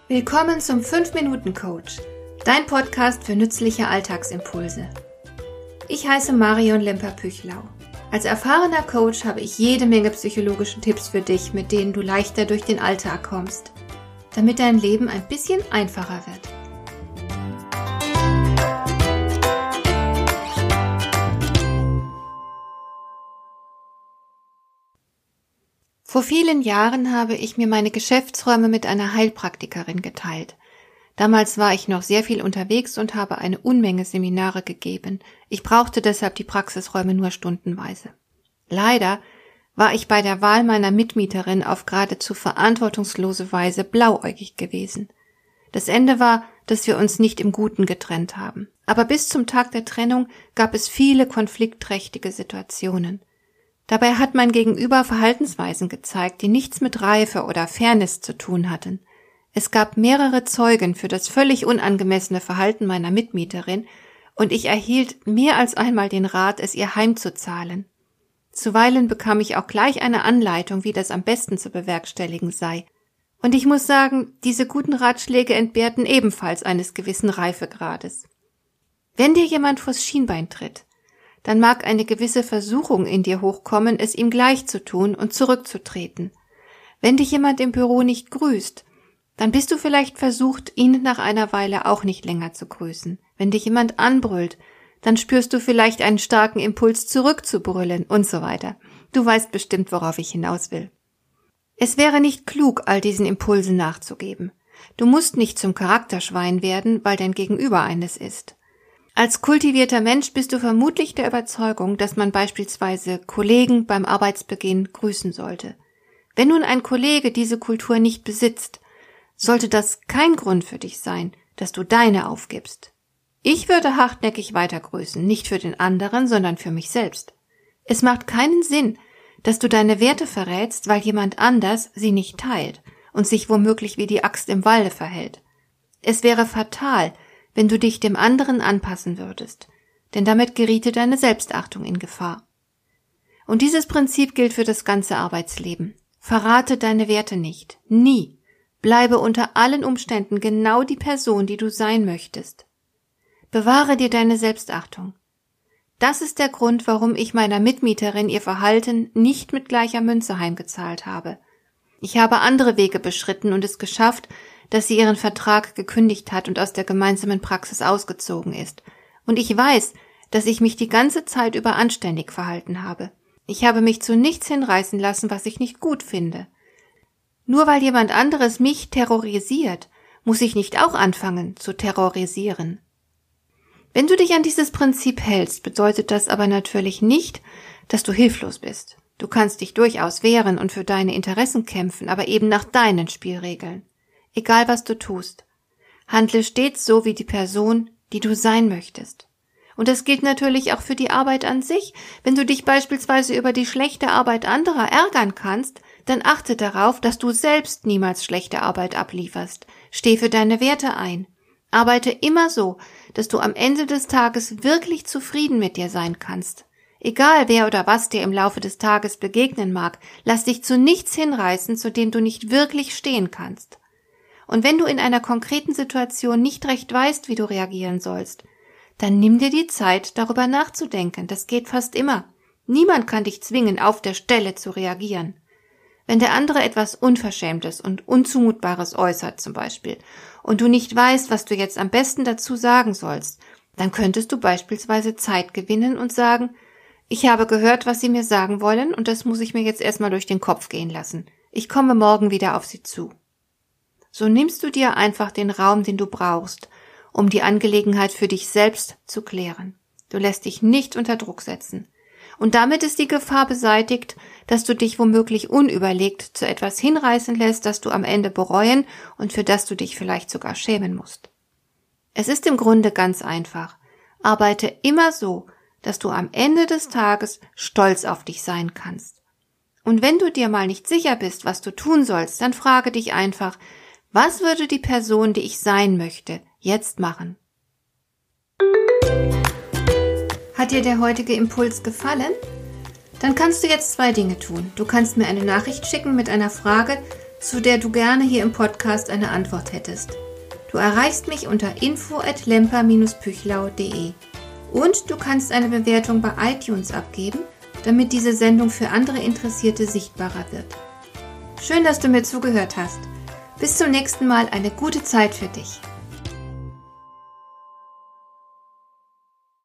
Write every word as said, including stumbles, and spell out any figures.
Willkommen zum fünf Minuten Coach, dein Podcast für nützliche Alltagsimpulse. Ich heiße Marion Lemper-Püchlau. Als erfahrener Coach habe ich jede Menge psychologische Tipps für dich, mit denen du leichter durch den Alltag kommst, damit dein Leben ein bisschen einfacher wird. Vor vielen Jahren habe ich mir meine Geschäftsräume mit einer Heilpraktikerin geteilt. Damals war ich noch sehr viel unterwegs und habe eine Unmenge Seminare gegeben. Ich brauchte deshalb die Praxisräume nur stundenweise. Leider war ich bei der Wahl meiner Mitmieterin auf geradezu verantwortungslose Weise blauäugig gewesen. Das Ende war, dass wir uns nicht im Guten getrennt haben. Aber bis zum Tag der Trennung gab es viele konfliktträchtige Situationen. Dabei hat mein Gegenüber Verhaltensweisen gezeigt, die nichts mit Reife oder Fairness zu tun hatten. Es gab mehrere Zeugen für das völlig unangemessene Verhalten meiner Mitmieterin und ich erhielt mehr als einmal den Rat, es ihr heimzuzahlen. Zuweilen bekam ich auch gleich eine Anleitung, wie das am besten zu bewerkstelligen sei. Und ich muss sagen, diese guten Ratschläge entbehrten ebenfalls eines gewissen Reifegrades. Wenn dir jemand vors Schienbein tritt, dann mag eine gewisse Versuchung in dir hochkommen, es ihm gleich zu tun und zurückzutreten. Wenn dich jemand im Büro nicht grüßt, dann bist du vielleicht versucht, ihn nach einer Weile auch nicht länger zu grüßen. Wenn dich jemand anbrüllt, dann spürst du vielleicht einen starken Impuls zurückzubrüllen und so weiter. Du weißt bestimmt, worauf ich hinaus will. Es wäre nicht klug, all diesen Impulsen nachzugeben. Du musst nicht zum Charakterschwein werden, weil dein Gegenüber eines ist. Als kultivierter Mensch bist du vermutlich der Überzeugung, dass man beispielsweise Kollegen beim Arbeitsbeginn grüßen sollte. Wenn nun ein Kollege diese Kultur nicht besitzt, sollte das kein Grund für dich sein, dass du deine aufgibst. Ich würde hartnäckig weiter grüßen, nicht für den anderen, sondern für mich selbst. Es macht keinen Sinn, dass du deine Werte verrätst, weil jemand anders sie nicht teilt und sich womöglich wie die Axt im Walde verhält. Es wäre fatal, wenn du dich dem anderen anpassen würdest, denn damit geriete deine Selbstachtung in Gefahr. Und dieses Prinzip gilt für das ganze Arbeitsleben. Verrate deine Werte nicht, nie. Bleibe unter allen Umständen genau die Person, die du sein möchtest. Bewahre dir deine Selbstachtung. Das ist der Grund, warum ich meiner Mitmieterin ihr Verhalten nicht mit gleicher Münze heimgezahlt habe. Ich habe andere Wege beschritten und es geschafft, dass sie ihren Vertrag gekündigt hat und aus der gemeinsamen Praxis ausgezogen ist. Und ich weiß, dass ich mich die ganze Zeit über anständig verhalten habe. Ich habe mich zu nichts hinreißen lassen, was ich nicht gut finde. Nur weil jemand anderes mich terrorisiert, muss ich nicht auch anfangen zu terrorisieren. Wenn du dich an dieses Prinzip hältst, bedeutet das aber natürlich nicht, dass du hilflos bist. Du kannst dich durchaus wehren und für deine Interessen kämpfen, aber eben nach deinen Spielregeln. Egal was du tust. Handle stets so wie die Person, die du sein möchtest. Und das gilt natürlich auch für die Arbeit an sich. Wenn du dich beispielsweise über die schlechte Arbeit anderer ärgern kannst, dann achte darauf, dass du selbst niemals schlechte Arbeit ablieferst. Steh für deine Werte ein. Arbeite immer so, dass du am Ende des Tages wirklich zufrieden mit dir sein kannst. Egal wer oder was dir im Laufe des Tages begegnen mag, lass dich zu nichts hinreißen, zu dem du nicht wirklich stehen kannst. Und wenn du in einer konkreten Situation nicht recht weißt, wie du reagieren sollst, dann nimm dir die Zeit, darüber nachzudenken. Das geht fast immer. Niemand kann dich zwingen, auf der Stelle zu reagieren. Wenn der andere etwas Unverschämtes und Unzumutbares äußert zum Beispiel und du nicht weißt, was du jetzt am besten dazu sagen sollst, dann könntest du beispielsweise Zeit gewinnen und sagen, ich habe gehört, was Sie mir sagen wollen und das muss ich mir jetzt erstmal durch den Kopf gehen lassen. Ich komme morgen wieder auf Sie zu. So nimmst du dir einfach den Raum, den du brauchst, um die Angelegenheit für dich selbst zu klären. Du lässt dich nicht unter Druck setzen. Und damit ist die Gefahr beseitigt, dass du dich womöglich unüberlegt zu etwas hinreißen lässt, das du am Ende bereuen und für das du dich vielleicht sogar schämen musst. Es ist im Grunde ganz einfach. Arbeite immer so, dass du am Ende des Tages stolz auf dich sein kannst. Und wenn du dir mal nicht sicher bist, was du tun sollst, dann frage dich einfach, was würde die Person, die ich sein möchte, jetzt machen? Hat dir der heutige Impuls gefallen? Dann kannst du jetzt zwei Dinge tun. Du kannst mir eine Nachricht schicken mit einer Frage, zu der du gerne hier im Podcast eine Antwort hättest. Du erreichst mich unter info at lemper dash püchlau punkt de und du kannst eine Bewertung bei iTunes abgeben, damit diese Sendung für andere Interessierte sichtbarer wird. Schön, dass du mir zugehört hast. Bis zum nächsten Mal, eine gute Zeit für dich.